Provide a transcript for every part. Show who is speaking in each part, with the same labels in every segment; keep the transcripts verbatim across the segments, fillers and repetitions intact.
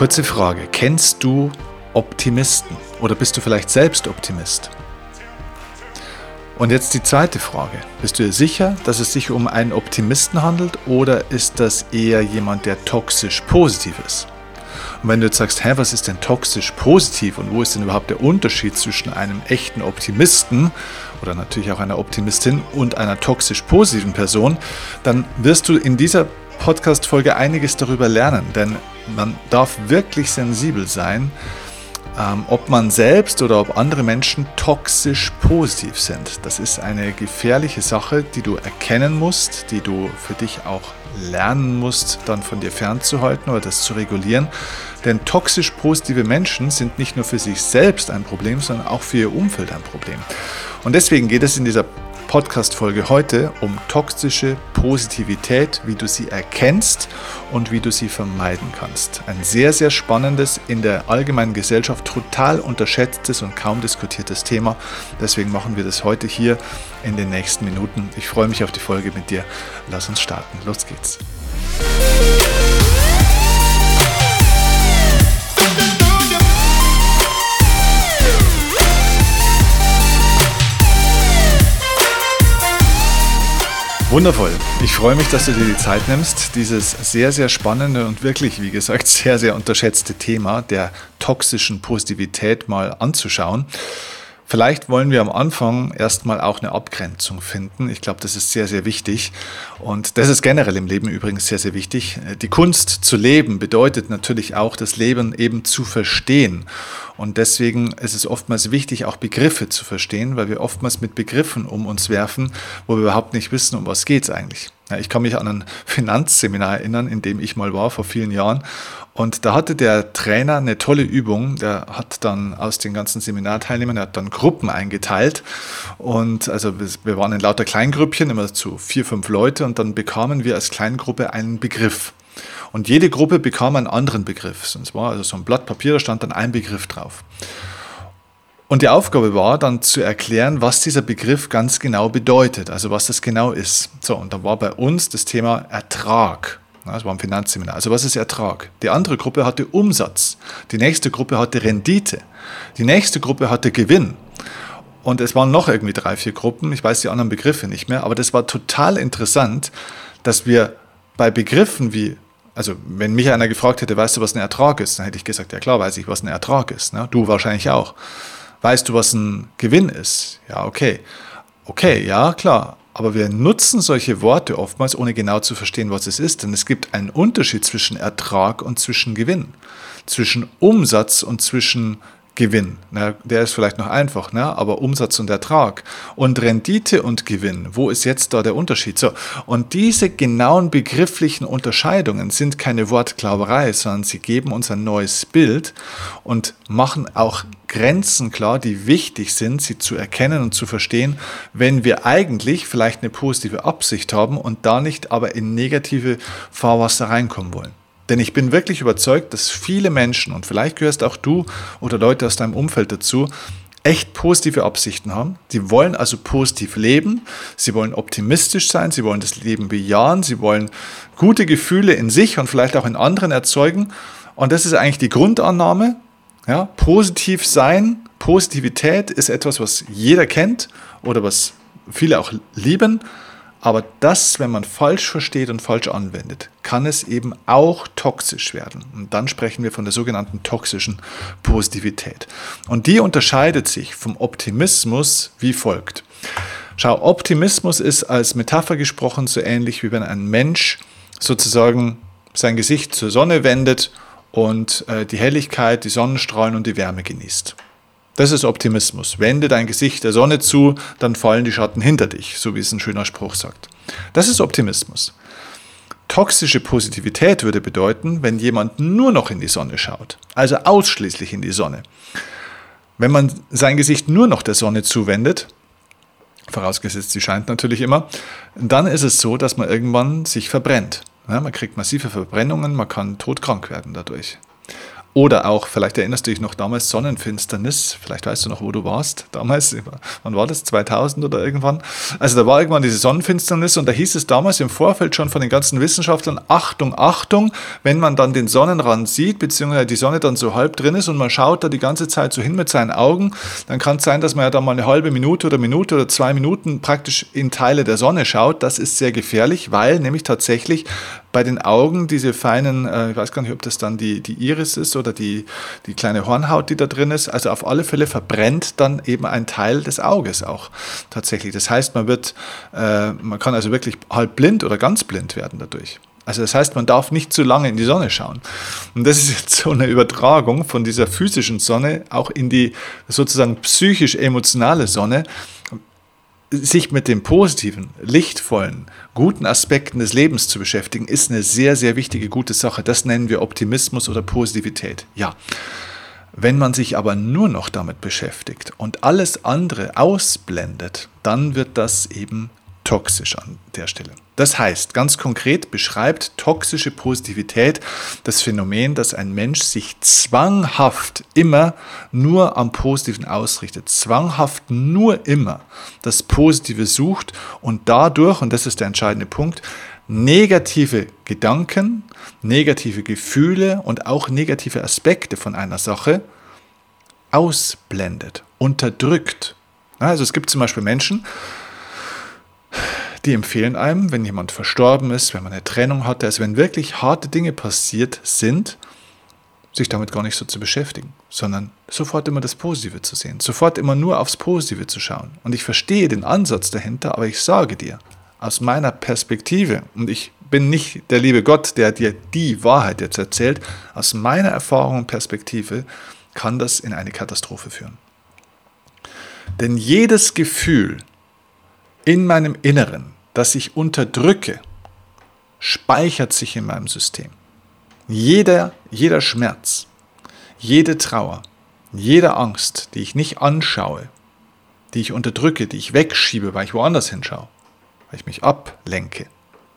Speaker 1: Kurze Frage, kennst du Optimisten oder bist du vielleicht selbst Optimist? Und jetzt die zweite Frage, bist du dir sicher, dass es sich um einen Optimisten handelt oder ist das eher jemand, der toxisch positiv ist? Und wenn du jetzt sagst, hä, was ist denn toxisch positiv und wo ist denn überhaupt der Unterschied zwischen einem echten Optimisten oder natürlich auch einer Optimistin und einer toxisch positiven Person, dann wirst du in dieser Podcast-Folge einiges darüber lernen, denn man darf wirklich sensibel sein, ähm, ob man selbst oder ob andere Menschen toxisch positiv sind. Das ist eine gefährliche Sache, die du erkennen musst, die du für dich auch lernen musst, dann von dir fernzuhalten oder das zu regulieren. Denn toxisch positive Menschen sind nicht nur für sich selbst ein Problem, sondern auch für ihr Umfeld ein Problem. Und deswegen geht es in dieser Podcast-Folge heute um toxische Positivität, wie du sie erkennst und wie du sie vermeiden kannst. Ein sehr, sehr spannendes, in der allgemeinen Gesellschaft total unterschätztes und kaum diskutiertes Thema. Deswegen machen wir das heute hier in den nächsten Minuten. Ich freue mich auf die Folge mit dir. Lass uns starten. Los geht's. Wundervoll. Ich freue mich, dass du dir die Zeit nimmst, dieses sehr, sehr spannende und wirklich, wie gesagt, sehr, sehr unterschätzte Thema der toxischen Positivität mal anzuschauen. Vielleicht wollen wir am Anfang erstmal auch eine Abgrenzung finden. Ich glaube, das ist sehr, sehr wichtig. Und das ist generell im Leben übrigens sehr, sehr wichtig. Die Kunst zu leben bedeutet natürlich auch, das Leben eben zu verstehen. Und deswegen ist es oftmals wichtig, auch Begriffe zu verstehen, weil wir oftmals mit Begriffen um uns werfen, wo wir überhaupt nicht wissen, um was geht es eigentlich. Ja, ich kann mich an ein Finanzseminar erinnern, in dem ich mal war vor vielen Jahren. Und da hatte der Trainer eine tolle Übung. Der hat dann aus den ganzen Seminarteilnehmern, er hat dann Gruppen eingeteilt. Und also wir waren in lauter Kleingrüppchen, immer zu vier, fünf Leute. Und dann bekamen wir als Kleingruppe einen Begriff. Und jede Gruppe bekam einen anderen Begriff. Es war also so ein Blatt Papier, da stand dann ein Begriff drauf. Und die Aufgabe war dann zu erklären, was dieser Begriff ganz genau bedeutet, also was das genau ist. So, und dann war bei uns das Thema Ertrag. Das war ein Finanzseminar. Also was ist Ertrag? Die andere Gruppe hatte Umsatz. Die nächste Gruppe hatte Rendite. Die nächste Gruppe hatte Gewinn. Und es waren noch irgendwie drei, vier Gruppen. Ich weiß die anderen Begriffe nicht mehr. Aber das war total interessant, dass wir bei Begriffen wie, also wenn mich einer gefragt hätte, weißt du, was ein Ertrag ist? Dann hätte ich gesagt, ja klar, weiß ich, was ein Ertrag ist. Ne? Du wahrscheinlich auch. Weißt du, was ein Gewinn ist? Ja, okay. Okay, ja, klar. Aber wir nutzen solche Worte oftmals, ohne genau zu verstehen, was es ist. Denn es gibt einen Unterschied zwischen Ertrag und zwischen Gewinn. Zwischen Umsatz und zwischen Gewinn. Na, der ist vielleicht noch einfach, ne? Aber Umsatz und Ertrag. Und Rendite und Gewinn. Wo ist jetzt da der Unterschied? So, und diese genauen begrifflichen Unterscheidungen sind keine Wortklauberei, sondern sie geben uns ein neues Bild und machen auch Grenzen klar, die wichtig sind, sie zu erkennen und zu verstehen, wenn wir eigentlich vielleicht eine positive Absicht haben und da nicht aber in negative Fahrwasser reinkommen wollen. Denn ich bin wirklich überzeugt, dass viele Menschen, und vielleicht gehörst auch du oder Leute aus deinem Umfeld dazu, echt positive Absichten haben. Sie wollen also positiv leben, sie wollen optimistisch sein, sie wollen das Leben bejahen, sie wollen gute Gefühle in sich und vielleicht auch in anderen erzeugen. Und das ist eigentlich die Grundannahme. Ja, positiv sein, Positivität ist etwas, was jeder kennt oder was viele auch lieben. Aber das, wenn man falsch versteht und falsch anwendet, kann es eben auch toxisch werden. Und dann sprechen wir von der sogenannten toxischen Positivität. Und die unterscheidet sich vom Optimismus wie folgt. Schau, Optimismus ist als Metapher gesprochen so ähnlich, wie wenn ein Mensch sozusagen sein Gesicht zur Sonne wendet und äh, die Helligkeit, die Sonnenstrahlen und die Wärme genießt. Das ist Optimismus. Wende dein Gesicht der Sonne zu, dann fallen die Schatten hinter dich, so wie es ein schöner Spruch sagt. Das ist Optimismus. Toxische Positivität würde bedeuten, wenn jemand nur noch in die Sonne schaut, also ausschließlich in die Sonne. Wenn man sein Gesicht nur noch der Sonne zuwendet, vorausgesetzt sie scheint natürlich immer, dann ist es so, dass man irgendwann sich verbrennt. Ja, man kriegt massive Verbrennungen, man kann todkrank werden dadurch. Oder auch, vielleicht erinnerst du dich noch damals, Sonnenfinsternis. Vielleicht weißt du noch, wo du warst damals. Wann war das? zweitausend oder irgendwann? Also da war irgendwann diese Sonnenfinsternis und da hieß es damals im Vorfeld schon von den ganzen Wissenschaftlern, Achtung, Achtung, wenn man dann den Sonnenrand sieht, beziehungsweise die Sonne dann so halb drin ist und man schaut da die ganze Zeit so hin mit seinen Augen, dann kann es sein, dass man ja dann mal eine halbe Minute oder Minute oder zwei Minuten praktisch in Teile der Sonne schaut. Das ist sehr gefährlich, weil nämlich tatsächlich bei den Augen diese feinen, äh, ich weiß gar nicht, ob das dann die, die Iris ist oder die, die kleine Hornhaut, die da drin ist, also auf alle Fälle verbrennt dann eben ein Teil des Auges auch tatsächlich. Das heißt, man wird, äh, man kann also wirklich halb blind oder ganz blind werden dadurch. Also das heißt, man darf nicht zu lange in die Sonne schauen. Und das ist jetzt so eine Übertragung von dieser physischen Sonne auch in die sozusagen psychisch-emotionale Sonne. Sich mit den positiven, lichtvollen, guten Aspekten des Lebens zu beschäftigen, ist eine sehr, sehr wichtige, gute Sache. Das nennen wir Optimismus oder Positivität. Ja. Wenn man sich aber nur noch damit beschäftigt und alles andere ausblendet, dann wird das eben toxisch an der Stelle. Das heißt, ganz konkret beschreibt toxische Positivität das Phänomen, dass ein Mensch sich zwanghaft immer nur am Positiven ausrichtet, zwanghaft nur immer das Positive sucht und dadurch, und das ist der entscheidende Punkt, negative Gedanken, negative Gefühle und auch negative Aspekte von einer Sache ausblendet, unterdrückt. Also es gibt zum Beispiel Menschen, die empfehlen einem, wenn jemand verstorben ist, wenn man eine Trennung hatte, also wenn wirklich harte Dinge passiert sind, sich damit gar nicht so zu beschäftigen, sondern sofort immer das Positive zu sehen, sofort immer nur aufs Positive zu schauen. Und ich verstehe den Ansatz dahinter, aber ich sage dir, aus meiner Perspektive, und ich bin nicht der liebe Gott, der dir die Wahrheit jetzt erzählt, aus meiner Erfahrung und Perspektive kann das in eine Katastrophe führen. Denn jedes Gefühl in meinem Inneren, das ich unterdrücke, speichert sich in meinem System. Jeder, jeder Schmerz, jede Trauer, jede Angst, die ich nicht anschaue, die ich unterdrücke, die ich wegschiebe, weil ich woanders hinschaue, weil ich mich ablenke,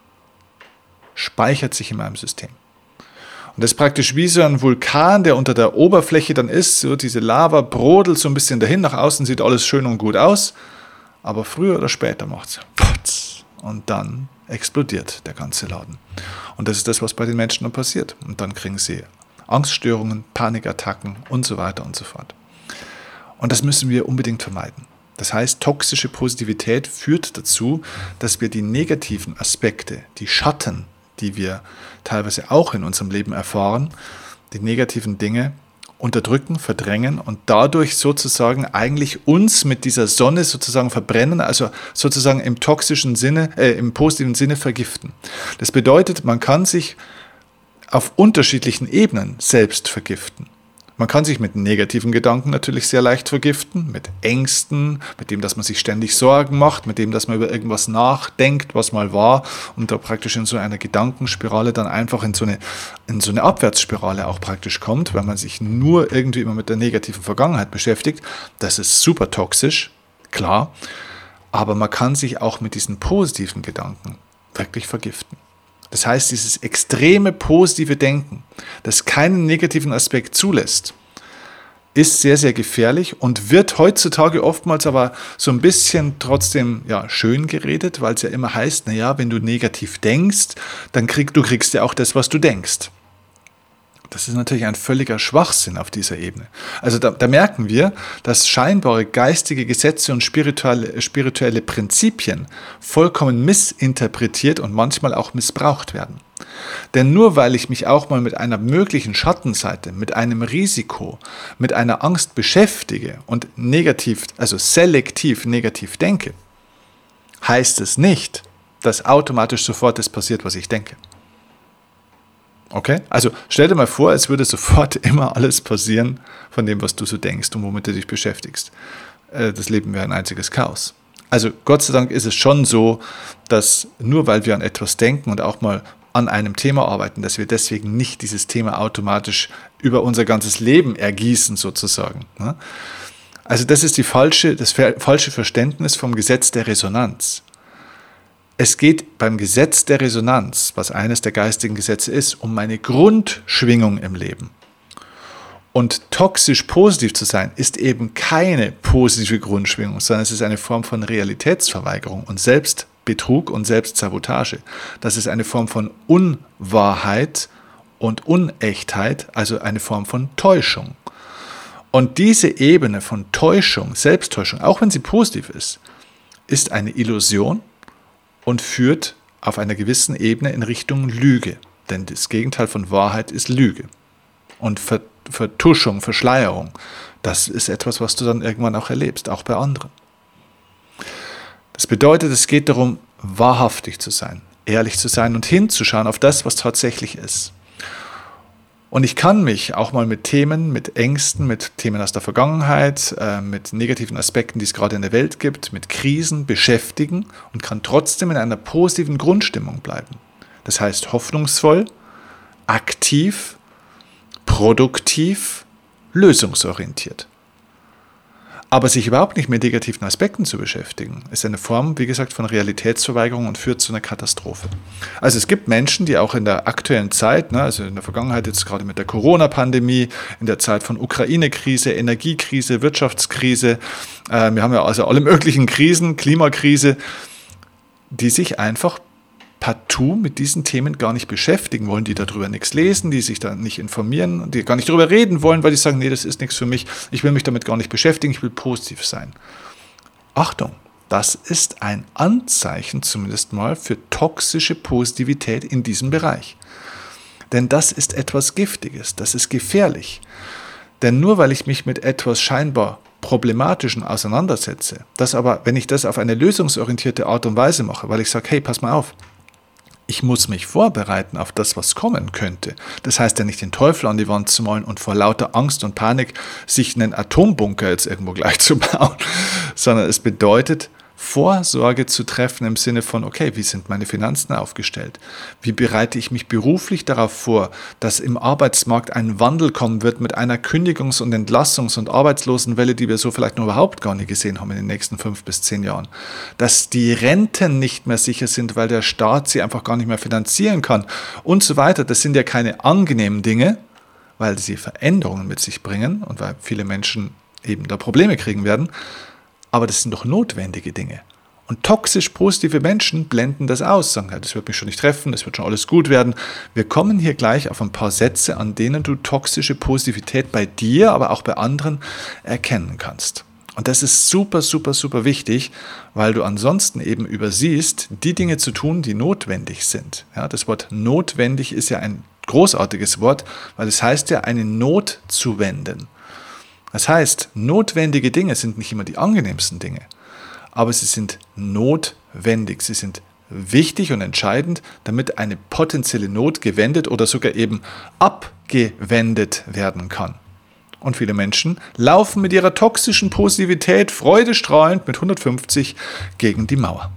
Speaker 1: speichert sich in meinem System. Und das ist praktisch wie so ein Vulkan, der unter der Oberfläche dann ist, so diese Lava brodelt so ein bisschen dahin, nach außen sieht alles schön und gut aus, aber früher oder später macht es Potz. Und dann explodiert der ganze Laden. Und das ist das, was bei den Menschen dann passiert. Und dann kriegen sie Angststörungen, Panikattacken und so weiter und so fort. Und das müssen wir unbedingt vermeiden. Das heißt, toxische Positivität führt dazu, dass wir die negativen Aspekte, die Schatten, die wir teilweise auch in unserem Leben erfahren, die negativen Dinge unterdrücken, verdrängen und dadurch sozusagen eigentlich uns mit dieser Sonne sozusagen verbrennen, also sozusagen im toxischen Sinne, äh, im positiven Sinne vergiften. Das bedeutet, man kann sich auf unterschiedlichen Ebenen selbst vergiften. Man kann sich mit negativen Gedanken natürlich sehr leicht vergiften, mit Ängsten, mit dem, dass man sich ständig Sorgen macht, mit dem, dass man über irgendwas nachdenkt, was mal war und da praktisch in so einer Gedankenspirale dann einfach in so eine, in so eine Abwärtsspirale auch praktisch kommt, weil man sich nur irgendwie immer mit der negativen Vergangenheit beschäftigt. Das ist super toxisch, klar, aber man kann sich auch mit diesen positiven Gedanken wirklich vergiften. Das heißt, dieses extreme positive Denken, das keinen negativen Aspekt zulässt, ist sehr, sehr gefährlich und wird heutzutage oftmals aber so ein bisschen trotzdem ja, schön geredet, weil es ja immer heißt, naja, wenn du negativ denkst, dann krieg, du kriegst ja auch das, was du denkst. Das ist natürlich ein völliger Schwachsinn auf dieser Ebene. Also da, da merken wir, dass scheinbare geistige Gesetze und spirituelle, spirituelle Prinzipien vollkommen missinterpretiert und manchmal auch missbraucht werden. Denn nur weil ich mich auch mal mit einer möglichen Schattenseite, mit einem Risiko, mit einer Angst beschäftige und negativ, also selektiv negativ denke, heißt es nicht, dass automatisch sofort das passiert, was ich denke. Okay? Also stell dir mal vor, es würde sofort immer alles passieren von dem, was du so denkst und womit du dich beschäftigst. Das Leben wäre ein einziges Chaos. Also Gott sei Dank ist es schon so, dass nur weil wir an etwas denken und auch mal an einem Thema arbeiten, dass wir deswegen nicht dieses Thema automatisch über unser ganzes Leben ergießen sozusagen. Also das ist die falsche, das falsche Verständnis vom Gesetz der Resonanz. Es geht beim Gesetz der Resonanz, was eines der geistigen Gesetze ist, um meine Grundschwingung im Leben. Und toxisch positiv zu sein, ist eben keine positive Grundschwingung, sondern es ist eine Form von Realitätsverweigerung und Selbstbetrug und Selbstsabotage. Das ist eine Form von Unwahrheit und Unechtheit, also eine Form von Täuschung. Und diese Ebene von Täuschung, Selbsttäuschung, auch wenn sie positiv ist, ist eine Illusion und führt auf einer gewissen Ebene in Richtung Lüge. Denn das Gegenteil von Wahrheit ist Lüge. Und Vertuschung, Verschleierung, das ist etwas, was du dann irgendwann auch erlebst, auch bei anderen. Das bedeutet, es geht darum, wahrhaftig zu sein, ehrlich zu sein und hinzuschauen auf das, was tatsächlich ist. Und ich kann mich auch mal mit Themen, mit Ängsten, mit Themen aus der Vergangenheit, äh, mit negativen Aspekten, die es gerade in der Welt gibt, mit Krisen beschäftigen und kann trotzdem in einer positiven Grundstimmung bleiben. Das heißt hoffnungsvoll, aktiv, produktiv, lösungsorientiert. Aber sich überhaupt nicht mit negativen Aspekten zu beschäftigen, ist eine Form, wie gesagt, von Realitätsverweigerung und führt zu einer Katastrophe. Also es gibt Menschen, die auch in der aktuellen Zeit, ne, also in der Vergangenheit jetzt gerade mit der Corona-Pandemie, in der Zeit von Ukraine-Krise, Energiekrise, Wirtschaftskrise, äh, wir haben ja also alle möglichen Krisen, Klimakrise, die sich einfach partout mit diesen Themen gar nicht beschäftigen wollen, die darüber nichts lesen, die sich da nicht informieren, die gar nicht darüber reden wollen, weil die sagen, nee, das ist nichts für mich, ich will mich damit gar nicht beschäftigen, ich will positiv sein. Achtung, das ist ein Anzeichen zumindest mal für toxische Positivität in diesem Bereich. Denn das ist etwas Giftiges, das ist gefährlich. Denn nur weil ich mich mit etwas scheinbar Problematischen auseinandersetze, das aber, wenn ich das auf eine lösungsorientierte Art und Weise mache, weil ich sage, hey, pass mal auf, ich muss mich vorbereiten auf das, was kommen könnte. Das heißt ja nicht, den Teufel an die Wand zu malen und vor lauter Angst und Panik sich einen Atombunker jetzt irgendwo gleich zu bauen, sondern es bedeutet, Vorsorge zu treffen im Sinne von, okay, wie sind meine Finanzen aufgestellt? Wie bereite ich mich beruflich darauf vor, dass im Arbeitsmarkt ein Wandel kommen wird mit einer Kündigungs- und Entlassungs- und Arbeitslosenwelle, die wir so vielleicht noch überhaupt gar nicht gesehen haben in den nächsten fünf bis zehn Jahren? Dass die Renten nicht mehr sicher sind, weil der Staat sie einfach gar nicht mehr finanzieren kann und so weiter. Das sind ja keine angenehmen Dinge, weil sie Veränderungen mit sich bringen und weil viele Menschen eben da Probleme kriegen werden. Aber das sind doch notwendige Dinge. Und toxisch positive Menschen blenden das aus, sagen, ja, das wird mich schon nicht treffen, das wird schon alles gut werden. Wir kommen hier gleich auf ein paar Sätze, an denen du toxische Positivität bei dir, aber auch bei anderen erkennen kannst. Und das ist super, super, super wichtig, weil du ansonsten eben übersiehst, die Dinge zu tun, die notwendig sind. Ja, das Wort notwendig ist ja ein großartiges Wort, weil es heißt ja, eine Not zu wenden. Das heißt, notwendige Dinge sind nicht immer die angenehmsten Dinge, aber sie sind notwendig, sie sind wichtig und entscheidend, damit eine potenzielle Not gewendet oder sogar eben abgewendet werden kann. Und viele Menschen laufen mit ihrer toxischen Positivität freudestrahlend mit hundertfünfzig gegen die Mauer.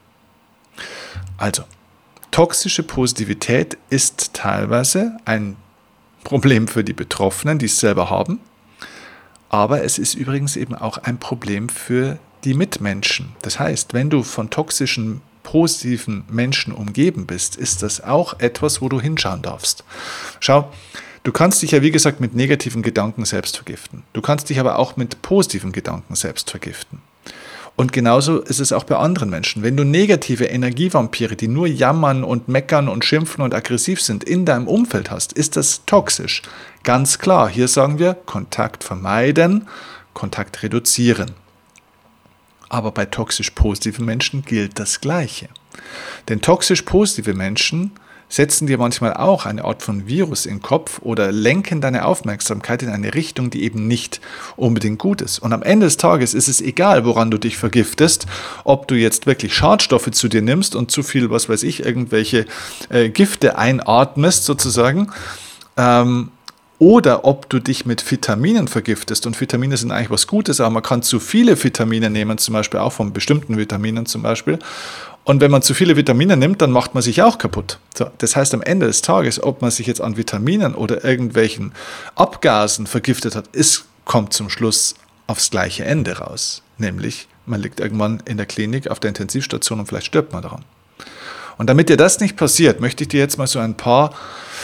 Speaker 1: Also, toxische Positivität ist teilweise ein Problem für die Betroffenen, die es selber haben. Aber es ist übrigens eben auch ein Problem für die Mitmenschen. Das heißt, wenn du von toxischen, positiven Menschen umgeben bist, ist das auch etwas, wo du hinschauen darfst. Schau, du kannst dich ja wie gesagt mit negativen Gedanken selbst vergiften. Du kannst dich aber auch mit positiven Gedanken selbst vergiften. Und genauso ist es auch bei anderen Menschen. Wenn du negative Energievampire, die nur jammern und meckern und schimpfen und aggressiv sind, in deinem Umfeld hast, ist das toxisch. Ganz klar, hier sagen wir, Kontakt vermeiden, Kontakt reduzieren. Aber bei toxisch positiven Menschen gilt das Gleiche. Denn toxisch positive Menschen setzen dir manchmal auch eine Art von Virus in den Kopf oder lenken deine Aufmerksamkeit in eine Richtung, die eben nicht unbedingt gut ist. Und am Ende des Tages ist es egal, woran du dich vergiftest, ob du jetzt wirklich Schadstoffe zu dir nimmst und zu viel, was weiß ich, irgendwelche äh, Gifte einatmest sozusagen, ähm, oder ob du dich mit Vitaminen vergiftest. Und Vitamine sind eigentlich was Gutes, aber man kann zu viele Vitamine nehmen, zum Beispiel auch von bestimmten Vitaminen zum Beispiel. Und wenn man zu viele Vitamine nimmt, dann macht man sich auch kaputt. So, das heißt, am Ende des Tages, ob man sich jetzt an Vitaminen oder irgendwelchen Abgasen vergiftet hat, es kommt zum Schluss aufs gleiche Ende raus. Nämlich, man liegt irgendwann in der Klinik auf der Intensivstation und vielleicht stirbt man daran. Und damit dir das nicht passiert, möchte ich dir jetzt mal so ein paar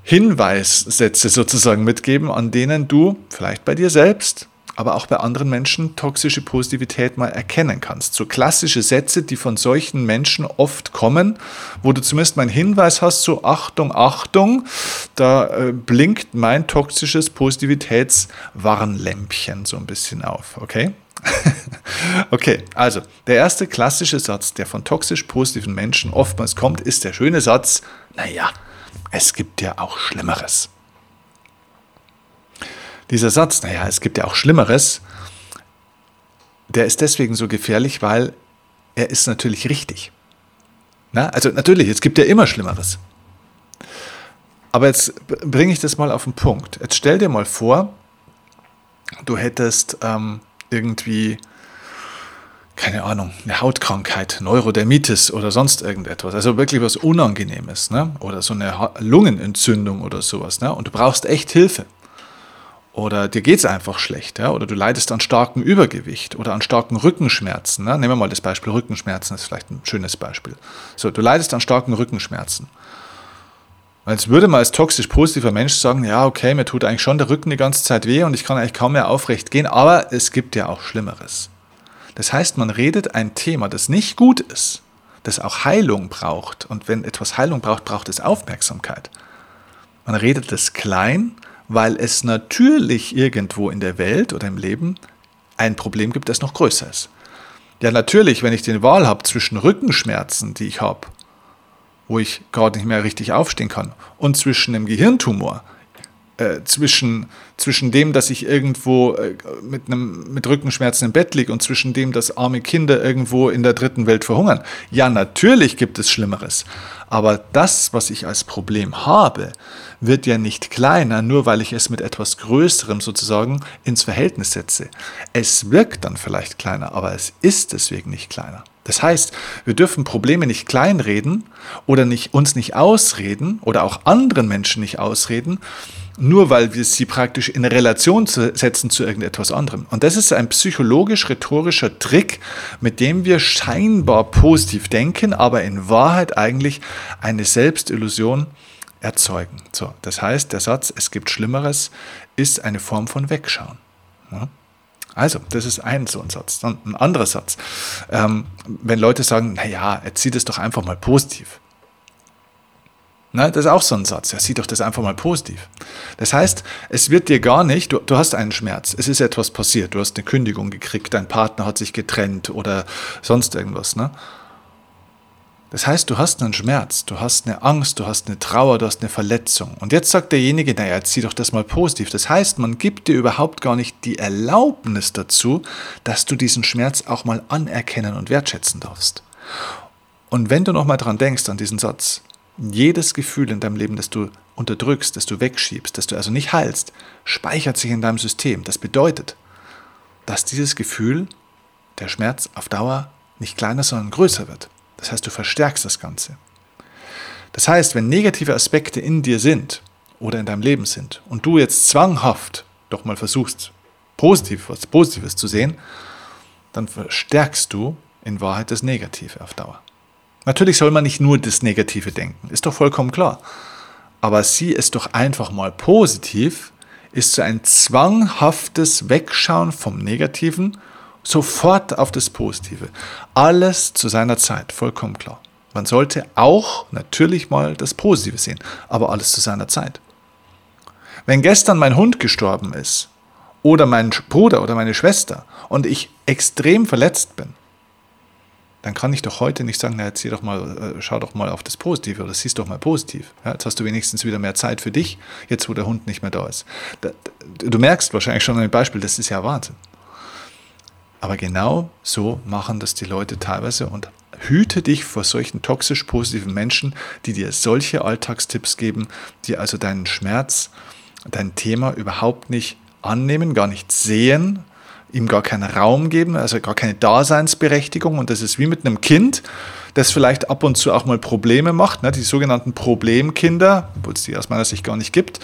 Speaker 1: Hinweissätze sozusagen mitgeben, an denen du vielleicht bei dir selbst, aber auch bei anderen Menschen toxische Positivität mal erkennen kannst. So klassische Sätze, die von solchen Menschen oft kommen, wo du zumindest mal einen Hinweis hast, so Achtung, Achtung, da äh, blinkt mein toxisches Positivitätswarnlämpchen so ein bisschen auf, okay? Okay, also der erste klassische Satz, der von toxisch positiven Menschen oftmals kommt, ist der schöne Satz, naja, es gibt ja auch Schlimmeres. Dieser Satz, naja, es gibt ja auch Schlimmeres, der ist deswegen so gefährlich, weil er ist natürlich richtig. Na, also natürlich, es gibt ja immer Schlimmeres. Aber jetzt bringe ich das mal auf den Punkt. Jetzt stell dir mal vor, du hättest ähm, irgendwie, keine Ahnung, eine Hautkrankheit, Neurodermitis oder sonst irgendetwas, also wirklich was Unangenehmes, ne? Oder so eine Lungenentzündung oder sowas, ne? Und du brauchst echt Hilfe. Oder dir geht es einfach schlecht, ja? Oder du leidest an starkem Übergewicht oder an starken Rückenschmerzen. Ne? Nehmen wir mal das Beispiel Rückenschmerzen, das ist vielleicht ein schönes Beispiel. So, du leidest an starken Rückenschmerzen. Jetzt würde man als toxisch positiver Mensch sagen, ja, okay, mir tut eigentlich schon der Rücken die ganze Zeit weh und ich kann eigentlich kaum mehr aufrecht gehen, aber es gibt ja auch Schlimmeres. Das heißt, man redet ein Thema, das nicht gut ist, das auch Heilung braucht. Und wenn etwas Heilung braucht, braucht es Aufmerksamkeit. Man redet es klein, weil es natürlich irgendwo in der Welt oder im Leben ein Problem gibt, das noch größer ist. Ja, natürlich, wenn ich die Wahl habe zwischen Rückenschmerzen, die ich habe, wo ich gerade nicht mehr richtig aufstehen kann, und zwischen einem Gehirntumor, äh, zwischen, zwischen dem, dass ich irgendwo äh, mit, einem, mit Rückenschmerzen im Bett liege und zwischen dem, dass arme Kinder irgendwo in der dritten Welt verhungern. Ja, natürlich gibt es Schlimmeres. Aber das, was ich als Problem habe, wird ja nicht kleiner, nur weil ich es mit etwas Größerem sozusagen ins Verhältnis setze. Es wirkt dann vielleicht kleiner, aber es ist deswegen nicht kleiner. Das heißt, wir dürfen Probleme nicht kleinreden oder nicht, uns nicht ausreden oder auch anderen Menschen nicht ausreden, nur weil wir sie praktisch in Relation setzen zu irgendetwas anderem. Und das ist ein psychologisch-rhetorischer Trick, mit dem wir scheinbar positiv denken, aber in Wahrheit eigentlich eine Selbstillusion erzeugen. So, das heißt, der Satz, es gibt Schlimmeres, ist eine Form von Wegschauen. Ja? Also, das ist ein so ein Satz. Dann ein anderer Satz. Ähm, wenn Leute sagen, naja, erzähl das doch einfach mal positiv. Na, das ist auch so ein Satz. Ja, sieh doch das einfach mal positiv. Das heißt, es wird dir gar nicht, du, du hast einen Schmerz, es ist etwas passiert, du hast eine Kündigung gekriegt, dein Partner hat sich getrennt oder sonst irgendwas. Ne? Das heißt, du hast einen Schmerz, du hast eine Angst, du hast eine Trauer, du hast eine Verletzung. Und jetzt sagt derjenige, naja, jetzt zieh doch das mal positiv. Das heißt, man gibt dir überhaupt gar nicht die Erlaubnis dazu, dass du diesen Schmerz auch mal anerkennen und wertschätzen darfst. Und wenn du nochmal dran denkst, an diesen Satz, jedes Gefühl in deinem Leben, das du unterdrückst, das du wegschiebst, das du also nicht heilst, speichert sich in deinem System. Das bedeutet, dass dieses Gefühl, der Schmerz, auf Dauer nicht kleiner, sondern größer wird. Das heißt, du verstärkst das Ganze. Das heißt, wenn negative Aspekte in dir sind oder in deinem Leben sind und du jetzt zwanghaft doch mal versuchst, positiv, was Positives zu sehen, dann verstärkst du in Wahrheit das Negative auf Dauer. Natürlich soll man nicht nur das Negative denken, ist doch vollkommen klar. Aber sieh es doch einfach mal positiv, ist so ein zwanghaftes Wegschauen vom Negativen sofort auf das Positive. Alles zu seiner Zeit, vollkommen klar. Man sollte auch natürlich mal das Positive sehen, aber alles zu seiner Zeit. Wenn gestern mein Hund gestorben ist oder mein Bruder oder meine Schwester und ich extrem verletzt bin, dann kann ich doch heute nicht sagen, na, jetzt sieh doch mal, schau doch mal auf das Positive oder siehst doch mal positiv. Ja, jetzt hast du wenigstens wieder mehr Zeit für dich, jetzt wo der Hund nicht mehr da ist. Du merkst wahrscheinlich schon an dem Beispiel, das ist ja Wahnsinn. Aber genau so machen das die Leute teilweise und hüte dich vor solchen toxisch positiven Menschen, die dir solche Alltagstipps geben, die also deinen Schmerz, dein Thema überhaupt nicht annehmen, gar nicht sehen, ihm gar keinen Raum geben, also gar keine Daseinsberechtigung. Und das ist wie mit einem Kind, das vielleicht ab und zu auch mal Probleme macht, ne? Die sogenannten Problemkinder, obwohl es die aus meiner Sicht gar nicht gibt,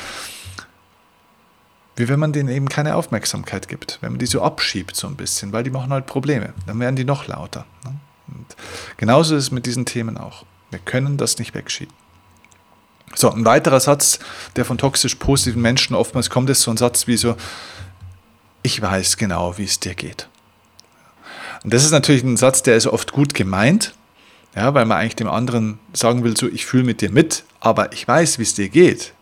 Speaker 1: wie wenn man denen eben keine Aufmerksamkeit gibt, wenn man die so abschiebt so ein bisschen, weil die machen halt Probleme, dann werden die noch lauter. Ne? Und genauso ist es mit diesen Themen auch. Wir können das nicht wegschieben. So, ein weiterer Satz, der von toxisch positiven Menschen oftmals kommt, ist so ein Satz wie so, ich weiß genau, wie es dir geht. Und das ist natürlich ein Satz, der ist oft gut gemeint, ja, weil man eigentlich dem anderen sagen will, so, ich fühle mit dir mit, aber ich weiß, wie es dir geht,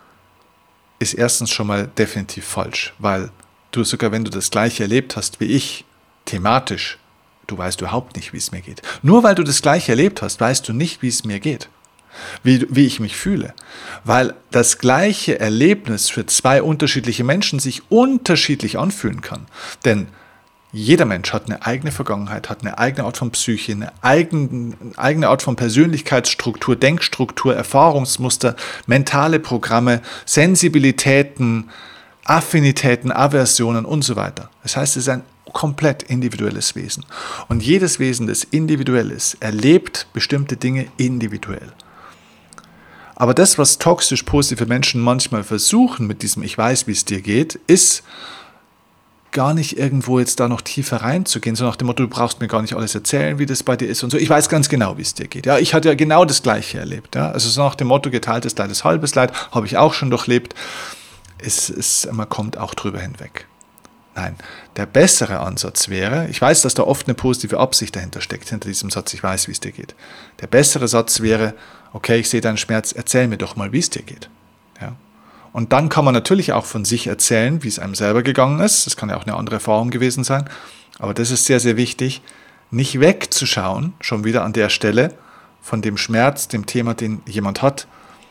Speaker 1: ist erstens schon mal definitiv falsch, weil du sogar, wenn du das Gleiche erlebt hast wie ich, thematisch, du weißt überhaupt nicht, wie es mir geht. Nur weil du das Gleiche erlebt hast, weißt du nicht, wie es mir geht. Wie, wie ich mich fühle. Weil das gleiche Erlebnis für zwei unterschiedliche Menschen sich unterschiedlich anfühlen kann. Denn jeder Mensch hat eine eigene Vergangenheit, hat eine eigene Art von Psyche, eine eigene, eigene Art von Persönlichkeitsstruktur, Denkstruktur, Erfahrungsmuster, mentale Programme, Sensibilitäten, Affinitäten, Aversionen und so weiter. Das heißt, es ist ein komplett individuelles Wesen. Und jedes Wesen, das individuell ist, erlebt bestimmte Dinge individuell. Aber das, was toxisch positive Menschen manchmal versuchen mit diesem Ich weiß, wie es dir geht, ist gar nicht irgendwo jetzt da noch tiefer reinzugehen, so nach dem Motto, du brauchst mir gar nicht alles erzählen, wie das bei dir ist und so. Ich weiß ganz genau, wie es dir geht. Ja, ich hatte ja genau das Gleiche erlebt. Ja? Also so nach dem Motto, geteiltes Leid ist halbes Leid, habe ich auch schon durchlebt. Es, es, man kommt auch drüber hinweg. Nein, der bessere Ansatz wäre, ich weiß, dass da oft eine positive Absicht dahinter steckt, hinter diesem Satz, ich weiß, wie es dir geht. Der bessere Satz wäre, okay, ich sehe deinen Schmerz, erzähl mir doch mal, wie es dir geht. Ja? Und dann kann man natürlich auch von sich erzählen, wie es einem selber gegangen ist. Das kann ja auch eine andere Erfahrung gewesen sein. Aber das ist sehr, sehr wichtig, nicht wegzuschauen, schon wieder an der Stelle, von dem Schmerz, dem Thema, den jemand hat,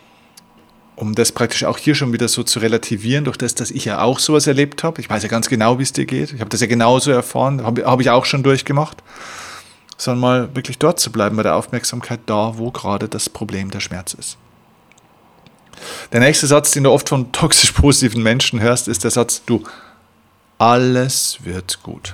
Speaker 1: um das praktisch auch hier schon wieder so zu relativieren, durch das, dass ich ja auch sowas erlebt habe. Ich weiß ja ganz genau, wie es dir geht. Ich habe das ja genauso erfahren, habe hab ich auch schon durchgemacht. Sondern mal wirklich dort zu bleiben bei der Aufmerksamkeit, da, wo gerade das Problem, der Schmerz ist. Der nächste Satz, den du oft von toxisch positiven Menschen hörst, ist der Satz, du, alles wird gut.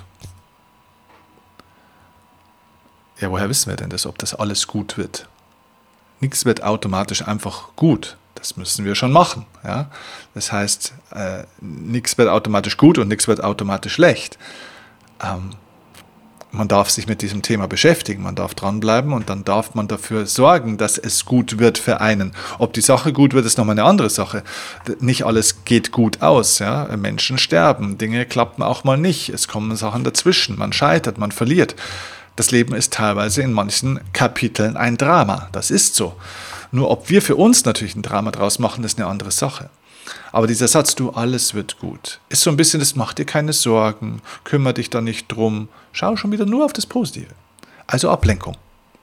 Speaker 1: Ja, woher wissen wir denn das, ob das alles gut wird? Nichts wird automatisch einfach gut. Das müssen wir schon machen. Ja? Das heißt, äh, nichts wird automatisch gut und nichts wird automatisch schlecht. Ähm, Man darf sich mit diesem Thema beschäftigen, man darf dranbleiben und dann darf man dafür sorgen, dass es gut wird für einen. Ob die Sache gut wird, ist nochmal eine andere Sache. Nicht alles geht gut aus. Ja? Menschen sterben, Dinge klappen auch mal nicht, es kommen Sachen dazwischen, man scheitert, man verliert. Das Leben ist teilweise in manchen Kapiteln ein Drama, das ist so. Nur ob wir für uns natürlich ein Drama draus machen, ist eine andere Sache. Aber dieser Satz, du, alles wird gut, ist so ein bisschen, das mach dir keine Sorgen, kümmere dich da nicht drum, schau schon wieder nur auf das Positive. Also Ablenkung.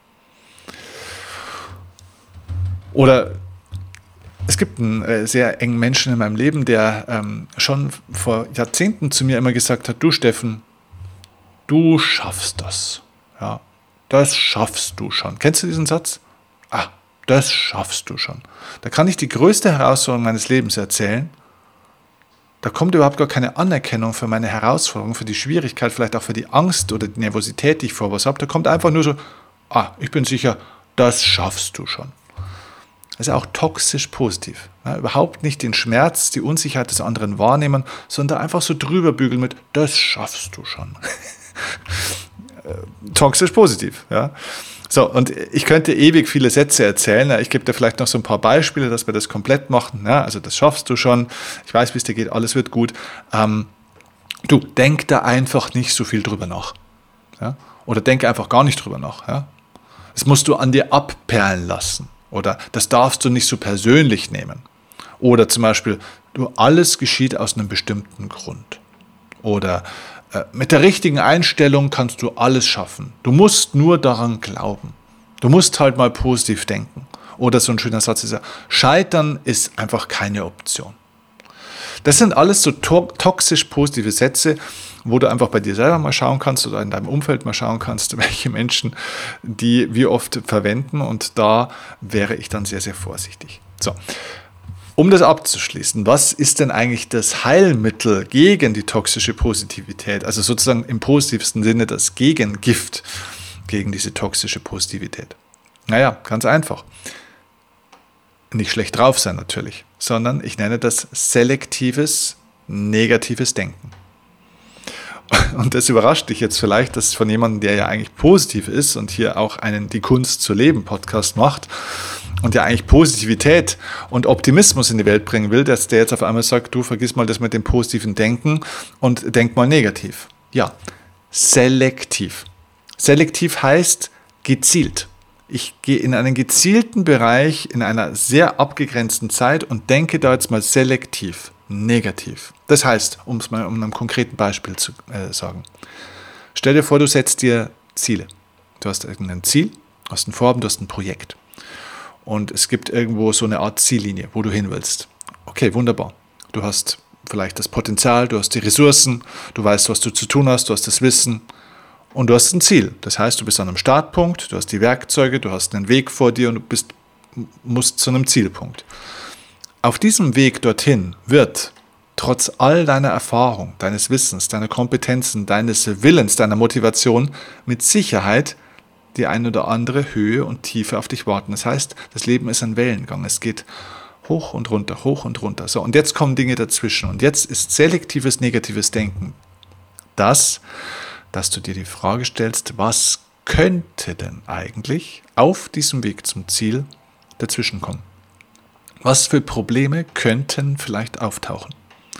Speaker 1: Oder es gibt einen äh, sehr engen Menschen in meinem Leben, der ähm, schon vor Jahrzehnten zu mir immer gesagt hat, du Steffen, du schaffst das. Ja, das schaffst du schon. Kennst du diesen Satz? Ah, das schaffst du schon. Da kann ich die größte Herausforderung meines Lebens erzählen. Da kommt überhaupt gar keine Anerkennung für meine Herausforderung, für die Schwierigkeit, vielleicht auch für die Angst oder die Nervosität, die ich vor was habe. Da kommt einfach nur so, ah, ich bin sicher, das schaffst du schon. Das ist auch toxisch positiv. Ja, überhaupt nicht den Schmerz, die Unsicherheit des anderen wahrnehmen, sondern einfach so drüber bügeln mit, das schaffst du schon. Toxisch positiv, ja. So, und ich könnte ewig viele Sätze erzählen. Ich gebe dir vielleicht noch so ein paar Beispiele, dass wir das komplett machen. Ja, also das schaffst du schon. Ich weiß, wie es dir geht. Alles wird gut. Ähm, du, denk da einfach nicht so viel drüber nach. Ja? Oder denk einfach gar nicht drüber nach. Ja? Das musst du an dir abperlen lassen. Oder das darfst du nicht so persönlich nehmen. Oder zum Beispiel, du, alles geschieht aus einem bestimmten Grund. Oder mit der richtigen Einstellung kannst du alles schaffen. Du musst nur daran glauben. Du musst halt mal positiv denken. Oder so ein schöner Satz ist ja, Scheitern ist einfach keine Option. Das sind alles so to- toxisch positive Sätze, wo du einfach bei dir selber mal schauen kannst oder in deinem Umfeld mal schauen kannst, welche Menschen die wie oft verwenden. Und da wäre ich dann sehr, sehr vorsichtig. So. Um das abzuschließen, was ist denn eigentlich das Heilmittel gegen die toxische Positivität? Also sozusagen im positivsten Sinne das Gegengift gegen diese toxische Positivität. Naja, ganz einfach. Nicht schlecht drauf sein natürlich, sondern ich nenne das selektives, negatives Denken. Und das überrascht dich jetzt vielleicht, dass von jemandem, der ja eigentlich positiv ist und hier auch einen Die Kunst zu leben Podcast macht, und der eigentlich Positivität und Optimismus in die Welt bringen will, dass der jetzt auf einmal sagt, du vergiss mal das mit dem positiven Denken und denk mal negativ. Ja, selektiv. Selektiv heißt gezielt. Ich gehe in einen gezielten Bereich in einer sehr abgegrenzten Zeit und denke da jetzt mal selektiv, negativ. Das heißt, um es mal um einem konkreten Beispiel zu äh, sagen. Stell dir vor, du setzt dir Ziele. Du hast irgendein Ziel, du hast ein Vorhaben, du hast ein Projekt. Und es gibt irgendwo so eine Art Ziellinie, wo du hin willst. Okay, wunderbar. Du hast vielleicht das Potenzial, du hast die Ressourcen, du weißt, was du zu tun hast, du hast das Wissen. Und du hast ein Ziel. Das heißt, du bist an einem Startpunkt, du hast die Werkzeuge, du hast einen Weg vor dir und du bist, musst zu einem Zielpunkt. Auf diesem Weg dorthin wird, trotz all deiner Erfahrung, deines Wissens, deiner Kompetenzen, deines Willens, deiner Motivation, mit Sicherheit die ein oder andere Höhe und Tiefe auf dich warten. Das heißt, das Leben ist ein Wellengang. Es geht hoch und runter, hoch und runter. So, und jetzt kommen Dinge dazwischen. Und jetzt ist selektives, negatives Denken das, dass du dir die Frage stellst, was könnte denn eigentlich auf diesem Weg zum Ziel dazwischen kommen? Was für Probleme könnten vielleicht auftauchen?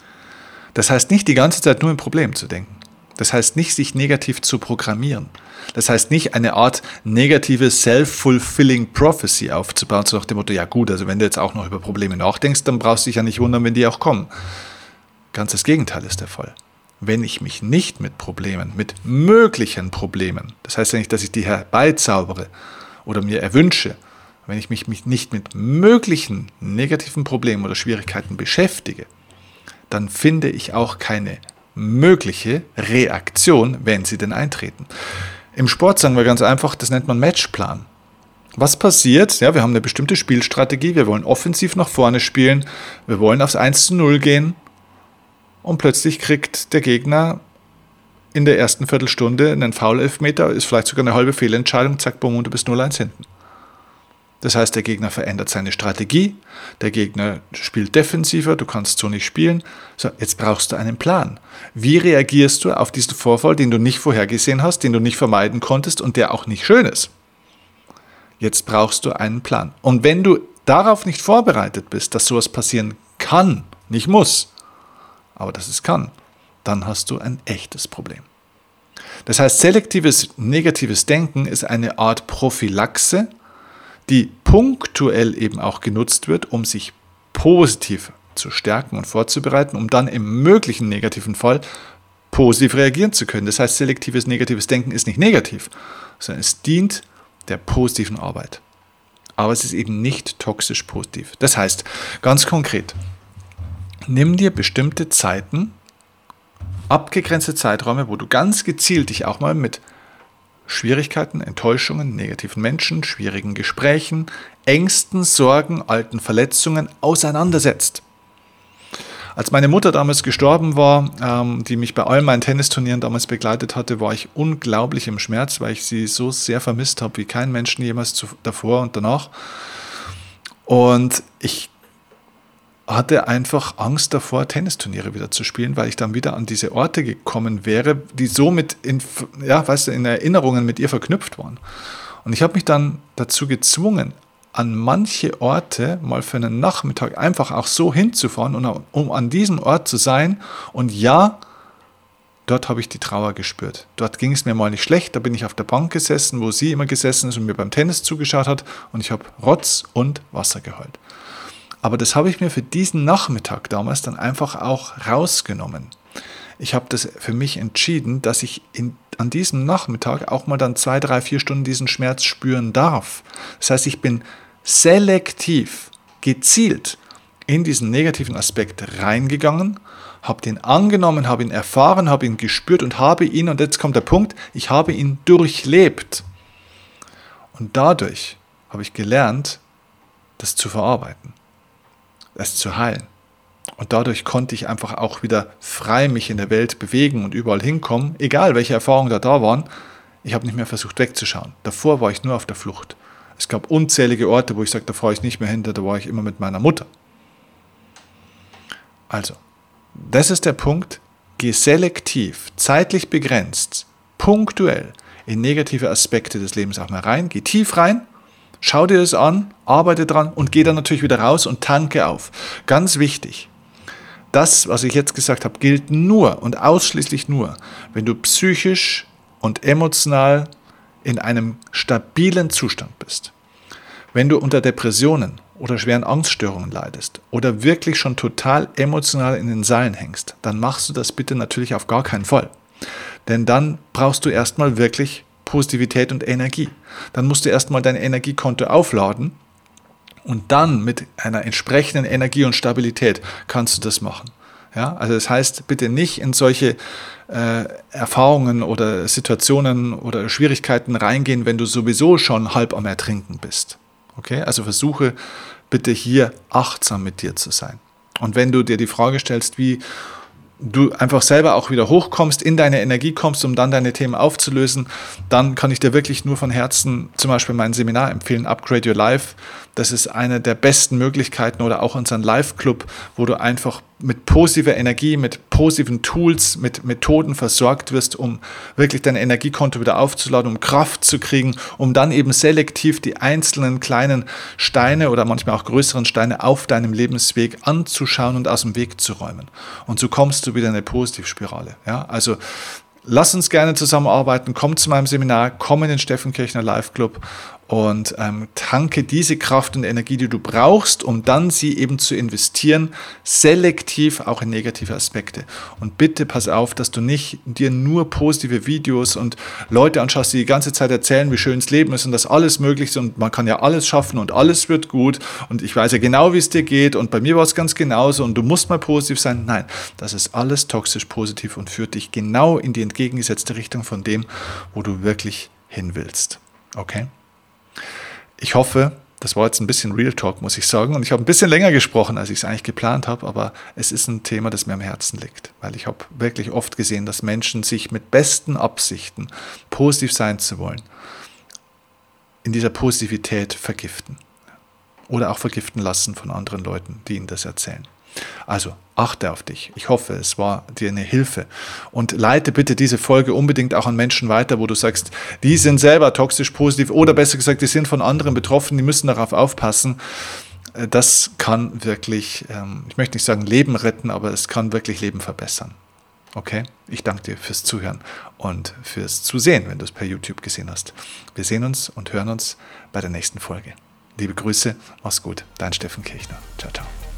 Speaker 1: Das heißt nicht die ganze Zeit nur in Problemen zu denken. Das heißt nicht, sich negativ zu programmieren. Das heißt nicht, eine Art negative self-fulfilling prophecy aufzubauen, so nach dem Motto, ja gut, also wenn du jetzt auch noch über Probleme nachdenkst, dann brauchst du dich ja nicht wundern, wenn die auch kommen. Ganz das Gegenteil ist der Fall. Wenn ich mich nicht mit Problemen, mit möglichen Problemen, das heißt ja nicht, dass ich die herbeizaubere oder mir erwünsche, wenn ich mich nicht mit möglichen negativen Problemen oder Schwierigkeiten beschäftige, dann finde ich auch keine mögliche Reaktion, wenn sie denn eintreten. Im Sport sagen wir ganz einfach, das nennt man Matchplan. Was passiert? Ja, wir haben eine bestimmte Spielstrategie, wir wollen offensiv nach vorne spielen, wir wollen aufs eins zu null gehen, und plötzlich kriegt der Gegner in der ersten Viertelstunde einen Foul-Elfmeter, ist vielleicht sogar eine halbe Fehlentscheidung, zack, bumm, und du bist null eins hinten. Das heißt, der Gegner verändert seine Strategie, der Gegner spielt defensiver, du kannst so nicht spielen. So, jetzt brauchst du einen Plan. Wie reagierst du auf diesen Vorfall, den du nicht vorhergesehen hast, den du nicht vermeiden konntest und der auch nicht schön ist? Jetzt brauchst du einen Plan. Und wenn du darauf nicht vorbereitet bist, dass sowas passieren kann, nicht muss, aber dass es kann, dann hast du ein echtes Problem. Das heißt, selektives, negatives Denken ist eine Art Prophylaxe, die punktuell eben auch genutzt wird, um sich positiv zu stärken und vorzubereiten, um dann im möglichen negativen Fall positiv reagieren zu können. Das heißt, selektives, negatives Denken ist nicht negativ, sondern es dient der positiven Arbeit. Aber es ist eben nicht toxisch positiv. Das heißt, ganz konkret, nimm dir bestimmte Zeiten, abgegrenzte Zeiträume, wo du ganz gezielt dich auch mal mit Schwierigkeiten, Enttäuschungen, negativen Menschen, schwierigen Gesprächen, Ängsten, Sorgen, alten Verletzungen auseinandersetzt. Als meine Mutter damals gestorben war, ähm, die mich bei all meinen Tennisturnieren damals begleitet hatte, war ich unglaublich im Schmerz, weil ich sie so sehr vermisst habe, wie kein Menschen jemals zu, davor und danach. Und ich hatte einfach Angst davor, Tennisturniere wieder zu spielen, weil ich dann wieder an diese Orte gekommen wäre, die so mit in, ja, weißt du, in Erinnerungen mit ihr verknüpft waren. Und ich habe mich dann dazu gezwungen, an manche Orte mal für einen Nachmittag einfach auch so hinzufahren, und, um an diesem Ort zu sein. Und ja, dort habe ich die Trauer gespürt. Dort ging es mir mal nicht schlecht, da bin ich auf der Bank gesessen, wo sie immer gesessen ist und mir beim Tennis zugeschaut hat, und ich habe Rotz und Wasser geheult. Aber das habe ich mir für diesen Nachmittag damals dann einfach auch rausgenommen. Ich habe das für mich entschieden, dass ich in, an diesem Nachmittag auch mal dann zwei, drei, vier Stunden diesen Schmerz spüren darf. Das heißt, ich bin selektiv, gezielt in diesen negativen Aspekt reingegangen, habe den angenommen, habe ihn erfahren, habe ihn gespürt und habe ihn, und jetzt kommt der Punkt, ich habe ihn durchlebt. Und dadurch habe ich gelernt, das zu verarbeiten, es zu heilen. Und dadurch konnte ich einfach auch wieder frei mich in der Welt bewegen und überall hinkommen, egal welche Erfahrungen da da waren. Ich habe nicht mehr versucht wegzuschauen. Davor war ich nur auf der Flucht. Es gab unzählige Orte, wo ich sage, da fahre ich nicht mehr hin, da war ich immer mit meiner Mutter. Also, das ist der Punkt. Geh selektiv, zeitlich begrenzt, punktuell in negative Aspekte des Lebens auch mal rein. Geh tief rein, Schau dir das an, arbeite dran und geh dann natürlich wieder raus und tanke auf. Ganz wichtig. Das, was ich jetzt gesagt habe, gilt nur und ausschließlich nur, wenn du psychisch und emotional in einem stabilen Zustand bist. Wenn du unter Depressionen oder schweren Angststörungen leidest oder wirklich schon total emotional in den Seilen hängst, dann machst du das bitte natürlich auf gar keinen Fall. Denn dann brauchst du erstmal wirklich Positivität und Energie. Dann musst du erstmal dein Energiekonto aufladen und dann mit einer entsprechenden Energie und Stabilität kannst du das machen. Ja, also das heißt, bitte nicht in solche äh, Erfahrungen oder Situationen oder Schwierigkeiten reingehen, wenn du sowieso schon halb am Ertrinken bist. Okay? Also versuche bitte hier achtsam mit dir zu sein. Und wenn du dir die Frage stellst, wie du einfach selber auch wieder hochkommst, in deine Energie kommst, um dann deine Themen aufzulösen, dann kann ich dir wirklich nur von Herzen zum Beispiel mein Seminar empfehlen, Upgrade Your Life. Das ist eine der besten Möglichkeiten oder auch unseren Live-Club, wo du einfach mit positiver Energie, mit positiven Tools, mit Methoden versorgt wirst, um wirklich dein Energiekonto wieder aufzuladen, um Kraft zu kriegen, um dann eben selektiv die einzelnen kleinen Steine oder manchmal auch größeren Steine auf deinem Lebensweg anzuschauen und aus dem Weg zu räumen. Und so kommst du wieder in eine Positivspirale. Ja? Also lass uns gerne zusammenarbeiten, komm zu meinem Seminar, komm in den Steffen Kirchner Live Club und ähm, tanke diese Kraft und Energie, die du brauchst, um dann sie eben zu investieren, selektiv auch in negative Aspekte. Und bitte pass auf, dass du nicht dir nur positive Videos und Leute anschaust, die die ganze Zeit erzählen, wie schön das Leben ist und dass alles möglich ist und man kann ja alles schaffen und alles wird gut und ich weiß ja genau, wie es dir geht und bei mir war es ganz genauso und du musst mal positiv sein. Nein, das ist alles toxisch positiv und führt dich genau in die entgegengesetzte Richtung von dem, wo du wirklich hin willst. Okay? Ich hoffe, das war jetzt ein bisschen Real Talk, muss ich sagen. Und ich habe ein bisschen länger gesprochen, als ich es eigentlich geplant habe. Aber es ist ein Thema, das mir am Herzen liegt. Weil ich habe wirklich oft gesehen, dass Menschen sich mit besten Absichten, positiv sein zu wollen, in dieser Positivität vergiften. Oder auch vergiften lassen von anderen Leuten, die ihnen das erzählen. Also achte auf dich. Ich hoffe, es war dir eine Hilfe. Und leite bitte diese Folge unbedingt auch an Menschen weiter, wo du sagst, die sind selber toxisch positiv oder besser gesagt, die sind von anderen betroffen, die müssen darauf aufpassen. Das kann wirklich, ich möchte nicht sagen Leben retten, aber es kann wirklich Leben verbessern. Okay? Ich danke dir fürs Zuhören und fürs Zusehen, wenn du es per YouTube gesehen hast. Wir sehen uns und hören uns bei der nächsten Folge. Liebe Grüße, mach's gut. Dein Steffen Kirchner. Ciao, ciao.